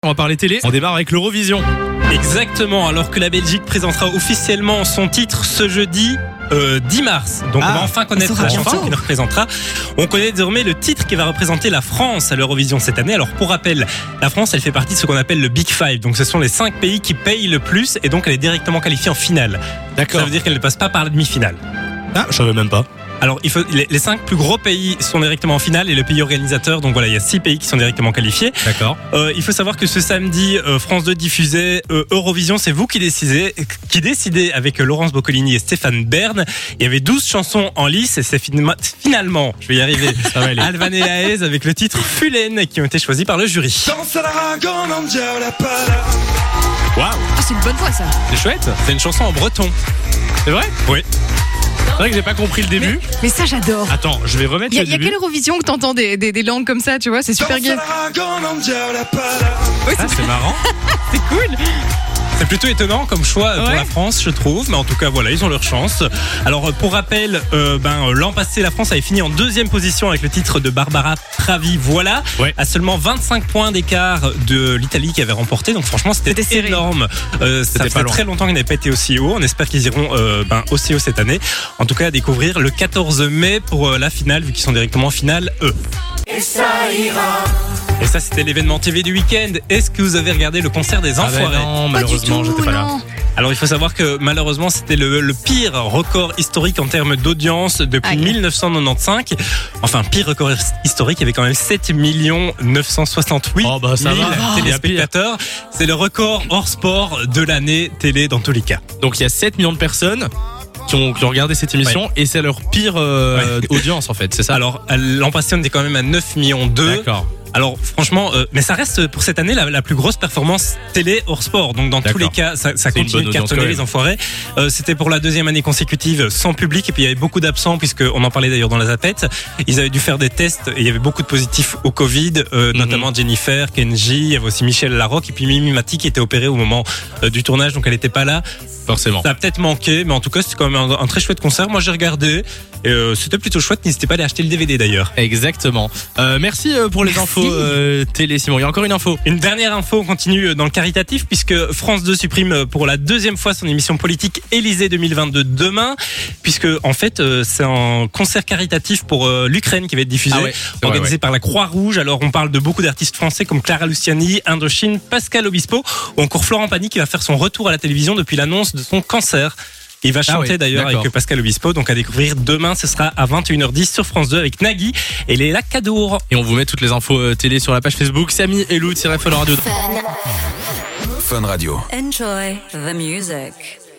On va parler télé, on démarre avec l'Eurovision. Exactement, alors que la Belgique présentera officiellement son titre ce jeudi 10 mars. Donc on va enfin connaître la chanson qui nous représentera. On connaît désormais le titre qui va représenter la France à l'Eurovision cette année. Alors pour rappel, la France elle fait partie de ce qu'on appelle le Big Five. Donc ce sont les 5 pays qui payent le plus et donc elle est directement qualifiée en finale. D'accord. Ça veut dire qu'elle ne passe pas par la demi-finale. Ah, je savais même pas. Alors, les 5 plus gros pays sont directement en finale et le pays organisateur, donc voilà, il y a 6 pays qui sont directement qualifiés. D'accord. Il faut savoir que ce samedi, France 2 diffusait Eurovision, c'est vous qui décidez avec Laurence Boccolini et Stéphane Bern. Il y avait 12 chansons en lice et c'est finalement, je vais y arriver, Alban et Aez avec le titre Fulen qui ont été choisis par le jury. Waouh, c'est une bonne voix ça. C'est chouette, c'est une chanson en breton. C'est vrai ? Oui. C'est vrai que j'ai pas compris le début. Mais ça j'adore. Attends, je vais remettre le Il y a début. quelle Eurovision que t'entends des langues comme ça, tu vois, c'est super gay. Oui, c'est marrant. C'est cool. C'est plutôt étonnant comme choix pour Ouais. la France, je trouve. Mais en tout cas, voilà, ils ont leur chance. Alors, pour rappel, l'an passé, la France avait fini en 2e position avec le titre de Barbara Pravi. Voilà, Ouais. à seulement 25 points d'écart de l'Italie qui avait remporté. Donc, franchement, c'était serré. énorme. Ça pas fait loin. très longtemps qu'ils n'avaient pas été aussi haut. On espère qu'ils iront aussi haut cette année. En tout cas, à découvrir le 14 mai pour la finale, vu qu'ils sont directement en finale, eux. Et ça, c'était l'événement TV du week-end. Est-ce que vous avez regardé le concert des Enfoirés ? Non, malheureusement, j'étais pas là. Alors il faut savoir que malheureusement c'était le pire record historique en termes d'audience depuis 1995. Enfin pire record historique, il y avait quand même 7 968 Oh, bah, ça 000 va. téléspectateurs. C'est le record hors sport de l'année télé dans tous les cas. Donc il y a 7 millions de personnes qui ont regardé cette émission et c'est leur pire audience en fait, c'est ça ? Alors l'an passé on était quand même à 9 millions 2. D'accord. Alors franchement, mais ça reste pour cette année la plus grosse performance télé hors sport. Donc dans tous les cas, ça une continue bonne de cartonner audience, les Enfoirés. C'était pour la 2e année consécutive sans public et puis il y avait beaucoup d'absents puisque on en parlait d'ailleurs dans la Zapette. Ils avaient dû faire des tests et il y avait beaucoup de positifs au Covid, notamment Jennifer, Kenji, il y avait aussi Michel Larocque et puis Mimi Mati qui était opérée au moment du tournage, donc elle n'était pas là. Forcément. Ça a peut-être manqué, mais en tout cas c'était quand même un très chouette concert. Moi j'ai regardé et c'était plutôt chouette. N'hésitez pas à aller acheter le DVD d'ailleurs. Exactement. Merci pour les infos télé, Simon. Il y a encore une info. Une dernière info, on continue dans le caritatif puisque France 2 supprime pour la 2e fois son émission politique Élysée 2022 demain, puisque en fait c'est un concert caritatif pour l'Ukraine qui va être diffusé, organisé par la Croix-Rouge. Alors on parle de beaucoup d'artistes français comme Clara Luciani, Indochine, Pascal Obispo ou encore Florent Pagny qui va faire son retour à la télévision depuis l'annonce de son cancer. Il va chanter d'ailleurs avec Pascal Obispo, donc à découvrir demain, ce sera à 21h10 sur France 2 avec Nagui et Léla Cadour. Et on vous met toutes les infos télé sur la page Facebook Samy et Lou-Fun Radio. Fun Radio. Enjoy the music.